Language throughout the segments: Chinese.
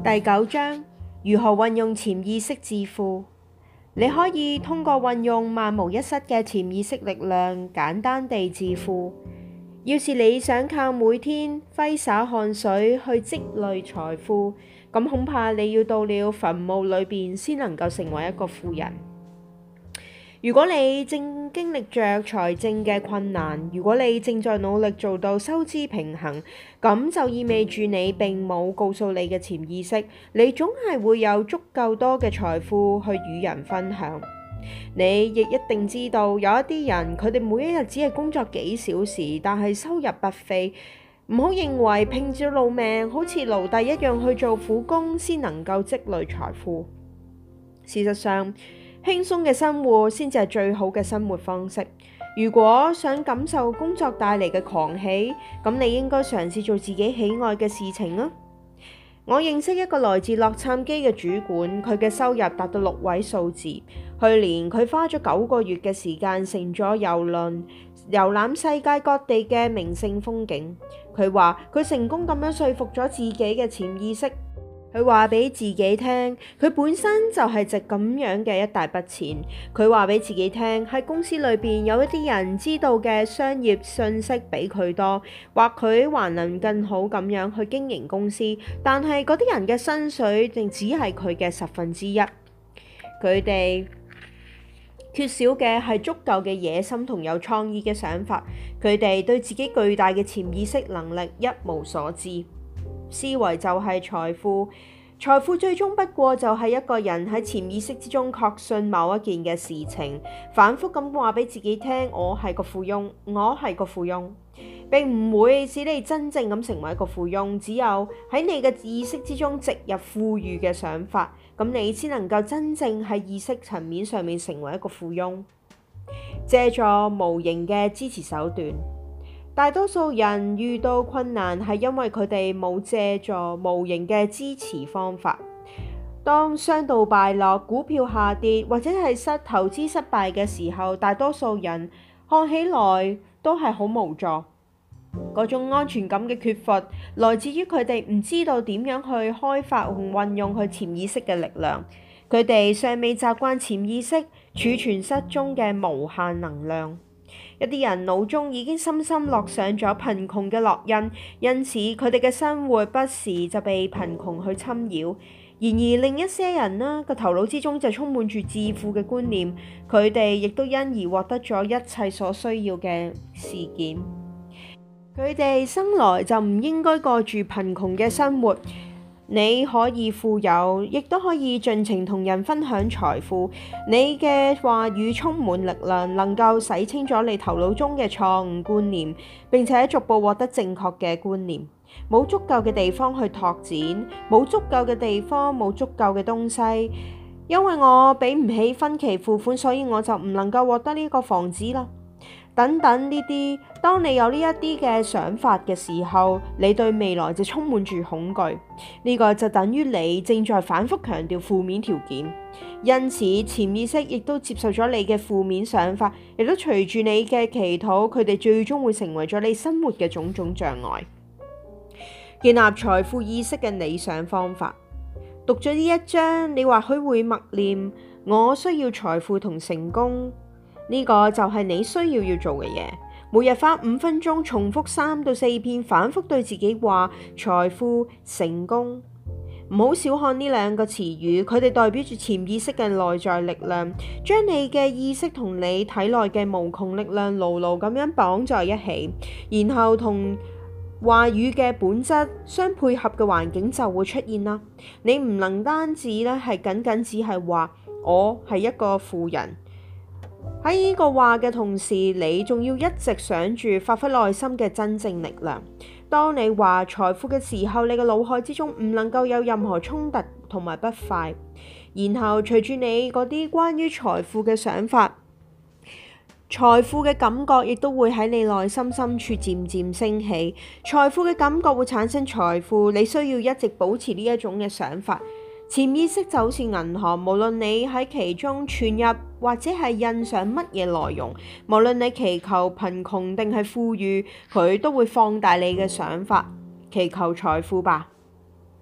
第9章，如何運用潛意識致富。你可以通過運用萬無一失嘅潛意識力量，簡單地致富。要是你想靠每天揮灑汗水去積累財富，咁恐怕你要到了墳墓裏邊先能夠成為一個富人。如果你正經歷着財政嘅困難，如果你正在努力做到收支平衡，咁就意味住你並冇告訴你嘅潛意識，你總係會有足夠多嘅財富去與人分享。你亦一定知道，有一啲人佢哋每一日只係工作幾小時，但係收入不菲。唔好認為拼咗老命，好似奴隸一樣去做苦工先能夠積累財富。事實上，輕鬆嘅生活先至係最好嘅生活方式。如果想感受工作帶嚟嘅狂喜，咁你應該嘗試做自己喜愛嘅事情啊！我認識一個來自洛杉磯嘅主管，佢嘅收入達到6位數字。去年佢花咗9個月嘅時間乘咗郵輪遊覽世界各地嘅名勝風景。佢話佢成功咁樣說服咗自己嘅潛意識。佢話俾自己聽，佢本身就係值咁樣嘅一大筆錢。佢話俾自己聽，喺公司裏邊有一啲人知道嘅商業信息比佢多，或佢還能更好咁樣去經營公司。但係嗰啲人嘅薪水淨只係佢嘅1/10。佢哋缺少嘅係足夠嘅野心同有創意嘅想法。佢哋對自己巨大嘅潛意識能力一無所知。思維就係財富，財富最終不過就係一個人喺潛意識之中確信某一件嘅事情，反覆咁話俾自己聽：我係個富翁，我係個富翁，並唔會使你真正咁成為一個富翁。只有喺你嘅意識之中植入富裕嘅想法，咁你先能夠真正喺意識層面上面成為一個富翁。借助無形嘅支持手段。大多數人遇到困難係因為佢哋冇借助無形嘅支持方法。當商道敗落、股票下跌或者係投資失敗嘅時候，大多數人看起來都係好無助。嗰種安全感嘅缺乏來自於佢哋唔知道點樣去開發同運用佢潛意識嘅力量。佢哋尚未習慣潛意識儲存室中嘅無限能量。一啲人腦中已經深深落上咗貧窮嘅烙印，因此佢哋嘅生活不時就被貧窮去侵擾。然而另一些人呢，個頭腦之中就充滿住致富嘅觀念，佢哋亦都因而獲得咗一切所需要嘅事件。佢哋生來就唔應該過住貧窮嘅生活。你可以富有，亦都可以盡情同人分享財富。你嘅話語充滿力量，能夠洗清咗你頭腦中嘅錯誤觀念，並且逐步獲得正確嘅觀念。冇足夠嘅地方去拓展，冇足夠嘅地方，冇足夠嘅東西。因為我俾唔起分期付款，所以我就唔能夠獲得呢個房子啦。等等呢啲，當你有呢一啲嘅想法嘅時候，你對未來就充滿住恐懼。呢個就等於你正在反覆強調負面條件，因此潛意識亦都接受咗你嘅負面想法，亦都隨住你嘅祈禱，佢哋最終會成為咗你生活嘅種種障礙。建立財富意識嘅理想方法。讀咗呢一章，你或許會默念：我需要財富同成功。呢個就係你需要做嘅嘢。每日花5分鐘，重複3到4遍，反覆對自己話財富、成功。唔好小看呢2個詞語，佢哋代表住潛意識嘅內在力量，將你嘅意識同你體內嘅無窮力量牢牢咁樣綁在一起，然後同話語嘅本質相配合嘅環境就會出現啦。你唔能單止咧係僅只係話我係一個富人。喺呢個話嘅同時，你仲要一直想住發揮內心嘅真正力量。當你話財富嘅時候，你嘅腦海之中唔能夠有任何衝突同埋不快。然後隨住你嗰啲關於財富嘅想法，財富嘅感覺亦都會喺你內心深處漸漸升起。財富嘅感覺會產生財富，你需要一直保持呢一種嘅想法。潛意識就好似銀行，無論你喺其中存入或者係印上乜嘢內容，無論你祈求貧窮定係富裕，佢都會放大你嘅想法。祈求財富吧。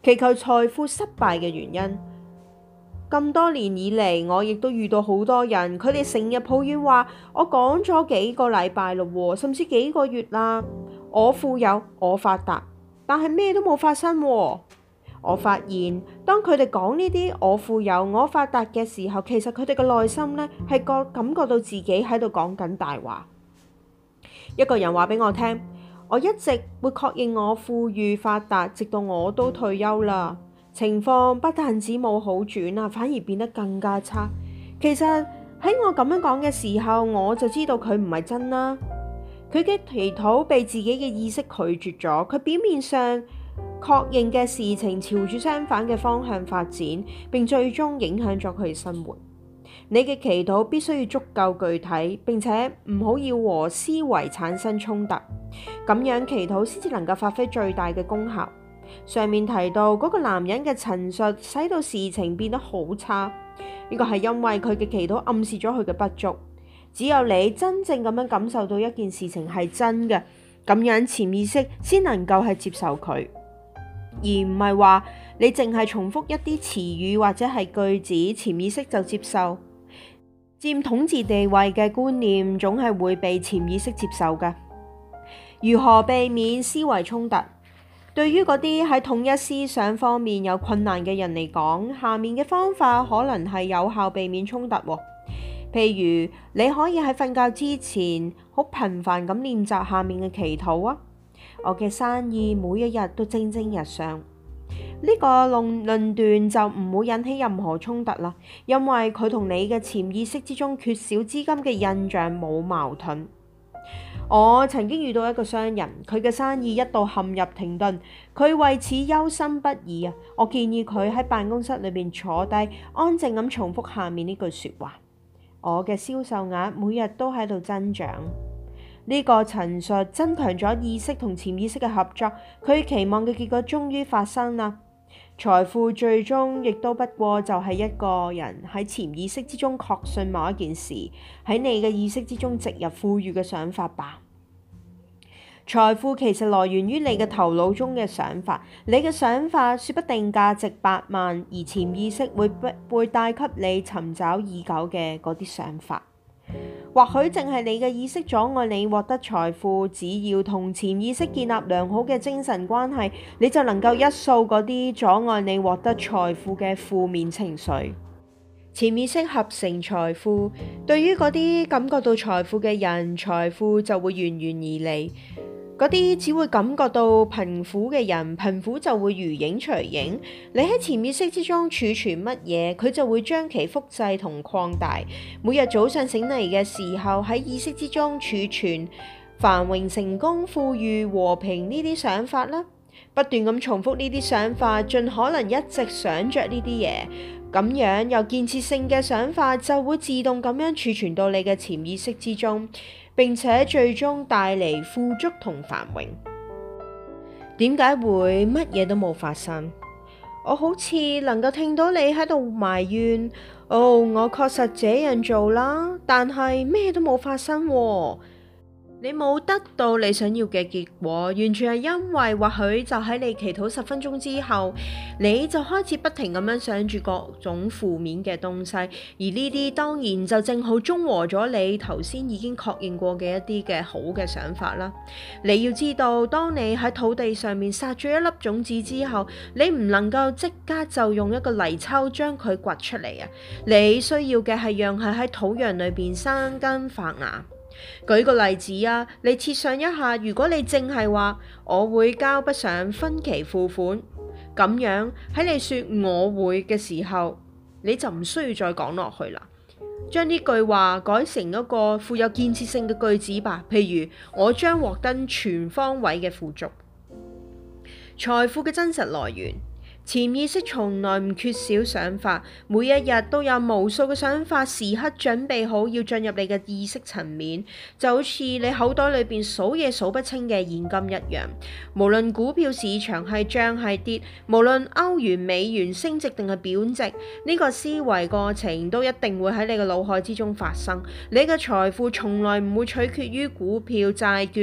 祈求財富失敗嘅原因。咁多年以嚟，我亦都遇到好多人，佢哋成日抱怨話：我講咗幾個禮拜咯，甚至幾個月啦，我富有，我發達，但係咩都冇發生。我發現，當佢哋講呢啲我富有，我發達嘅時候，其實佢哋嘅內心呢係感覺到自己喺度講緊大話。一個人話俾我聽：我一直會確認我富裕發達，直到我都退休啦。情況不但止冇好轉啊，反而變得更加差。其實喺我咁樣講嘅時候，我就知道佢唔係真啦。佢嘅祈禱被自己嘅意識拒絕咗，佢表面上確認嘅事情朝住相反嘅方向發展，並最終影響咗佢嘅生活。你嘅祈禱必須要足夠具體，並且唔好要和思維產生衝突，咁樣祈禱先至能夠發揮最大嘅功效。上面提到嗰個男人嘅陳述，使到事情變得好差。呢個係因為佢嘅祈禱暗示咗佢嘅不足。只有你真正咁樣感受到一件事情係真嘅，咁樣潛意識先能夠係接受佢，而唔係話你淨係重複一啲詞語或者係句子，潛意識就接受。佔統治地位嘅觀念總係會被潛意識接受嘅。如何避免思維衝突？對於嗰啲喺統一思想方面有困難嘅人嚟講，下面嘅方法可能係有效避免衝突。譬如你可以喺瞓覺之前好頻繁咁練習下面嘅祈禱啊。我嘅生意每一日都蒸蒸日上。呢個論斷就唔會引起任何衝突啦，因為佢同你嘅潛意識之中缺少資金嘅印象冇矛盾。我曾經遇到一個商人，佢嘅生意一度陷入停頓，佢為此憂心不已啊！我建議佢喺辦公室裏邊坐低，安靜咁重複下面呢句說話：我嘅銷售額每日都喺度增長。呢個陳述增強咗意識同潛意識嘅合作，佢期望嘅結果終於發生啦。財富最終亦都不過就係一個人喺潛意識之中確信某一件事，喺你嘅意識之中植入富裕嘅想法吧。財富其實來源於你嘅頭腦中嘅想法，你嘅想法說不定價值8萬，而潛意識會帶給你尋找已久嘅嗰啲想法。或許淨係你嘅意識阻礙你獲得財富，只要同潛意識建立良好嘅精神關係，你就能夠一掃嗰啲阻礙你獲得財富嘅負面情緒。潛意識合成財富，對於嗰啲感覺到財富嘅人，財富就會源源而嚟。嗰啲只會感覺到貧苦嘅人，貧苦就會如影隨形。你喺潛意識之中儲存乜嘢，佢就會將其複製同擴大。每日早上醒嚟嘅時候，喺意識之中儲存繁榮、成功、富裕、和平呢啲想法啦，不斷咁重複呢啲想法，盡可能一直想着呢啲嘢，咁樣有建設性嘅想法就會自動咁樣儲存到你嘅潛意識之中。並且最終帶嚟富足同繁榮。點解會乜嘢都冇發生？我好似能夠聽到你喺度埋怨，我確實這樣做啦，但係咩都冇發生喎。你冇得到你想要嘅結果，完全係因為或許就喺你祈禱10分鐘之後，你就開始不停咁樣想住各種負面嘅東西，而呢啲當然就正好中和咗你頭先已經確認過嘅一啲嘅好嘅想法啦。你要知道，當你喺土地上面撒咗一粒種子之後，你唔能夠即刻就用一個泥鰍將佢掘出嚟啊！你需要嘅係讓佢喺土壤裏邊生根發芽。舉個例子啊，你設想一下，如果你淨係話我會交不上分期付款，咁樣喺你說我會嘅時候，你就唔需要再講落去啦。將呢句話改成一個富有建設性嘅句子吧，譬如我將獲得全方位嘅富足。財富嘅真實來源。潛意識從來唔缺少想法，每一日都有無數嘅想法，時刻準備好要進入你嘅意識層面，就好似你口袋裏邊數嘢數不清嘅現金一樣。無論股票市場係漲係跌，無論歐元、美元升值定係貶值，呢個思維過程都一定會喺你嘅腦海之中發生。你嘅財富從來唔會取決於股票、債券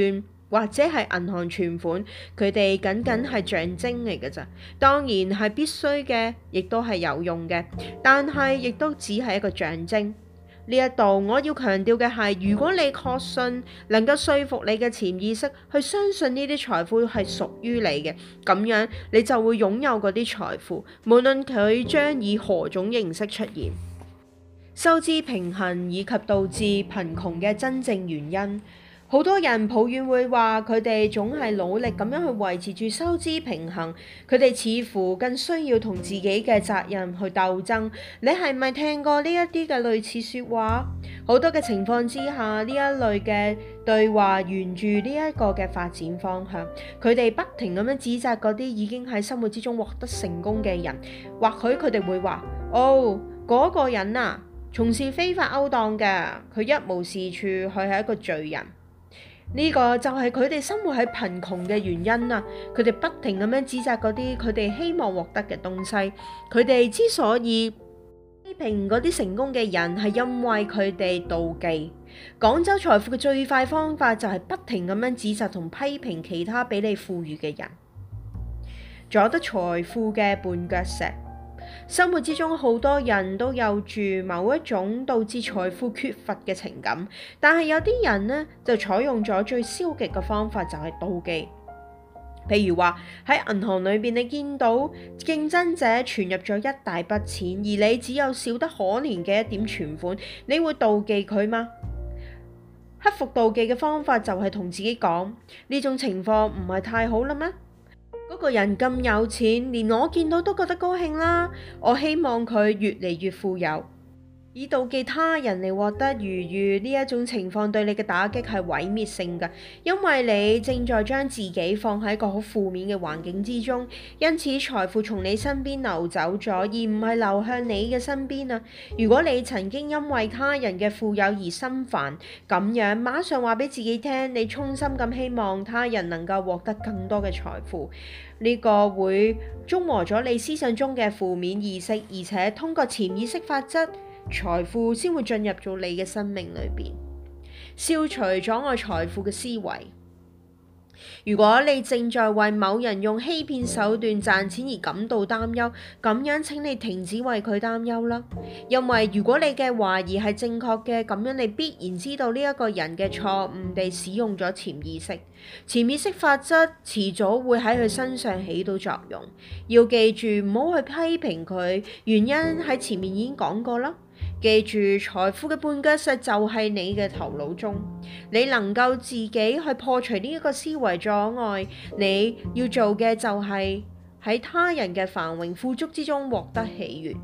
或者係銀行存款，佢哋僅僅係象徵嚟嘅咋。當然係必須嘅，亦都係有用嘅，但係亦都只係一個象徵。呢一度我要強調嘅係，如果你確信能夠說服你嘅潛意識去相信呢啲財富係屬於你嘅，咁樣你就會擁有嗰啲財富，無論佢將以何種形式出現。收支平衡以及導致貧窮嘅真正原因。好多人抱怨會話佢哋總係努力咁樣去維持住收支平衡，佢哋似乎更需要同自己嘅責任去鬥爭。你係咪聽過呢一啲嘅類似説話？好多嘅情況之下，呢一類嘅對話沿住呢一個嘅發展方向，佢哋不停咁樣指責嗰啲已經喺生活之中獲得成功嘅人，或許佢哋會話：哦，嗰個人啊，從事非法勾當嘅，佢一無是處，佢係一個罪人。呢個就係佢哋生活喺貧窮嘅原因啊！佢哋不停咁樣指責嗰啲佢哋希望獲得嘅東西。佢哋之所以批評嗰啲成功嘅人，係因為佢哋妒忌。趕走財富嘅最快方法就係不停咁樣指責同批評其他比你富裕嘅人，阻得財富嘅絆腳石。生活之中好多人都有住某一種導致財富缺乏嘅情感，但係有啲人呢，就採用咗最消極嘅方法，就係妒忌。譬如話喺銀行裏邊，你見到競爭者存入咗一大筆錢，而你只有少得可憐嘅一點存款，你會妒忌佢嗎？克服妒忌嘅方法就係同自己講，呢種情況唔係太好啦咩？嗰個人咁有錢，連我見到都覺得高興啦。我希望佢越嚟越富有。以妒忌他人嚟獲得愉悅，呢一種情況對你嘅打擊係毀滅性嘅，因為你正在將自己放喺一個好負面嘅環境之中，因此財富從你身邊流走咗，而唔係流向你嘅身邊啊！如果你曾經因為他人嘅富有而心煩，咁樣馬上話俾自己聽，你衷心咁希望他人能夠獲得更多嘅財富，呢個會中和咗你思想中嘅負面意識，而且通過潛意識法則，財富先會進入咗你嘅生命裏邊，消除阻礙財富嘅思維。如果你正在為某人用欺騙手段賺錢而感到擔憂，咁樣請你停止為佢擔憂啦。因為如果你嘅懷疑係正確嘅，咁樣你必然知道呢一個人嘅錯誤地使用咗潛意識。潛意識法則遲早會喺佢身上起到作用。要記住唔好去批評佢，原因喺前面已經講過啦。記住，財富嘅絆腳石就係你嘅頭腦中，你能夠自己去破除呢一個思維阻礙。你要做嘅就係喺他人嘅繁榮富足之中獲得喜悅。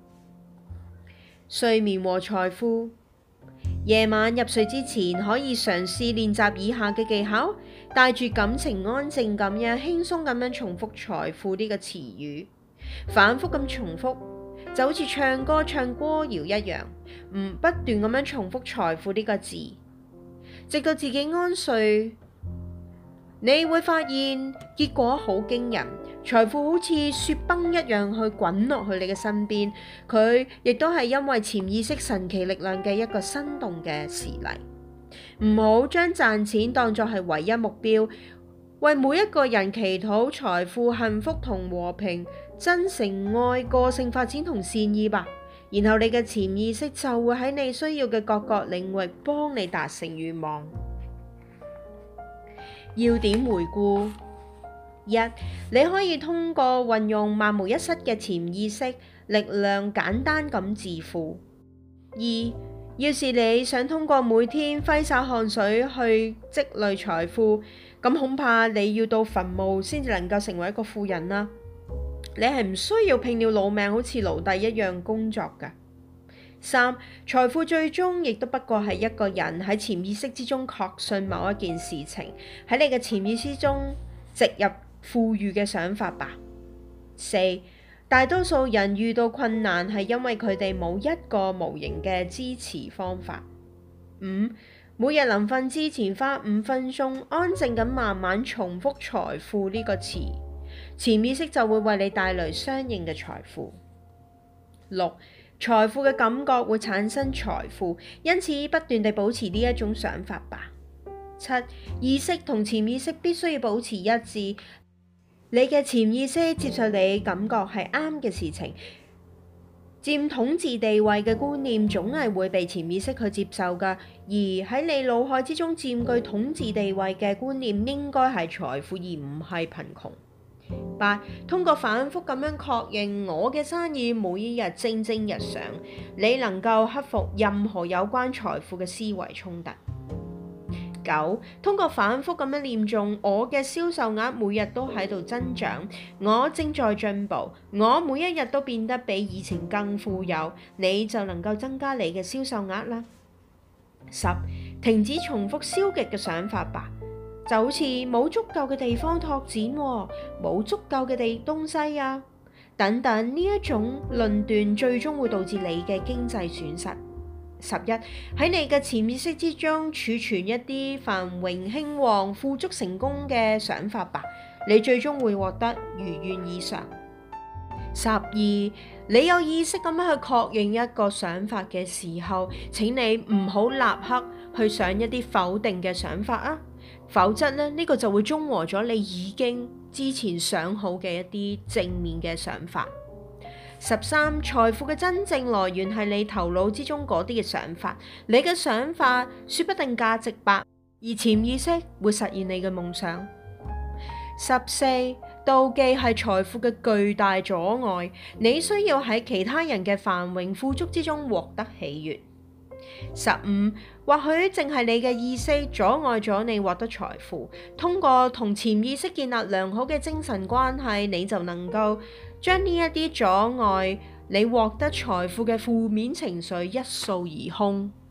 睡眠和財富，夜晚入睡之前可以嘗試練習以下嘅技巧，帶住感情安靜咁樣輕鬆咁樣重複財富呢個詞語，反覆咁重複。就好似唱歌唱歌謠一樣，不斷咁樣重複財富呢個字，直到自己安睡。你會發現結果好驚人，財富好似雪崩一樣去滾落去你嘅身邊。佢亦都係因為潛意識神奇力量嘅一個生動嘅事例。唔好將賺錢當作係唯一目標，為每一個人祈禱財富、幸福同和平。真誠愛、個性發展同善意吧，然後你嘅潛意識就會喺你需要嘅各個領域幫你達成願望。要點回顧： 1. 你可以通過運用萬無一失嘅潛意識力量簡單咁致富。 2. 要是你想通過每天揮灑汗水去積累財富，咁恐怕你要到墳墓先至能夠成為一個富人啦。你係唔需要拼了老命好似奴隸一樣工作㗎。 3. 財富最終亦都不過係一個人喺潛意識之中確信某一件事情，喺你嘅潛意識中植入富裕嘅想法吧。 4. 大多數人遇到困難係因為佢哋冇一個無形嘅支持方法。 5. 每日臨瞓之前花5分鐘安靜咁慢慢重複財富呢個詞，潛意識就會為你帶來相應嘅財富。 6. 財富嘅感覺會產生財富，因此不斷地保持呢一種想法吧。 7. 意識同潛意識必須要保持一致。你嘅潛意識接受你感覺係啱嘅事情，佔統治地位嘅觀念總係會被潛意識去接受㗎。而喺你腦海之中佔據統治地位嘅觀念應該係財富而唔係貧窮。8. 通過反覆咁樣確認我嘅生意每一日蒸蒸日上，你能夠克服任何有關財富嘅思維衝突。9. 通過反覆咁樣念誦我嘅銷售額每日都喺度增長，我正在進步，我每一日都變得比以前更富有，你就能夠增加你嘅銷售額啦。10. 停止重複消極嘅想法吧，就好似冇足夠嘅地方拓展，冇足夠嘅東西啊，等等，呢一種論斷最終會導致你嘅經濟損失。11. 喺你嘅潛意識之中儲存一啲繁榮興旺、富足成功嘅想法吧，你最終會獲得如願以償。12. 你有意識咁樣去確認一個想法嘅時候，請你唔好立刻去想一啲否定嘅想法啊，否則呢個就會中和咗你已經之前想好嘅一啲正面嘅想法。13. 財富嘅真正來源係你頭腦之中嗰啲嘅想法，你嘅想法說不定價值百，而潛意識會實現你嘅夢想。14. 妒忌係財富嘅巨大阻礙，你需要喺其他人嘅繁榮富足之中獲得喜悅。15. 或許正係你嘅意識阻礙咗你獲得財富，通過同潛意識建立良好嘅精神關係，你就能夠將呢一啲阻礙你獲得財富嘅負面情緒一掃而空。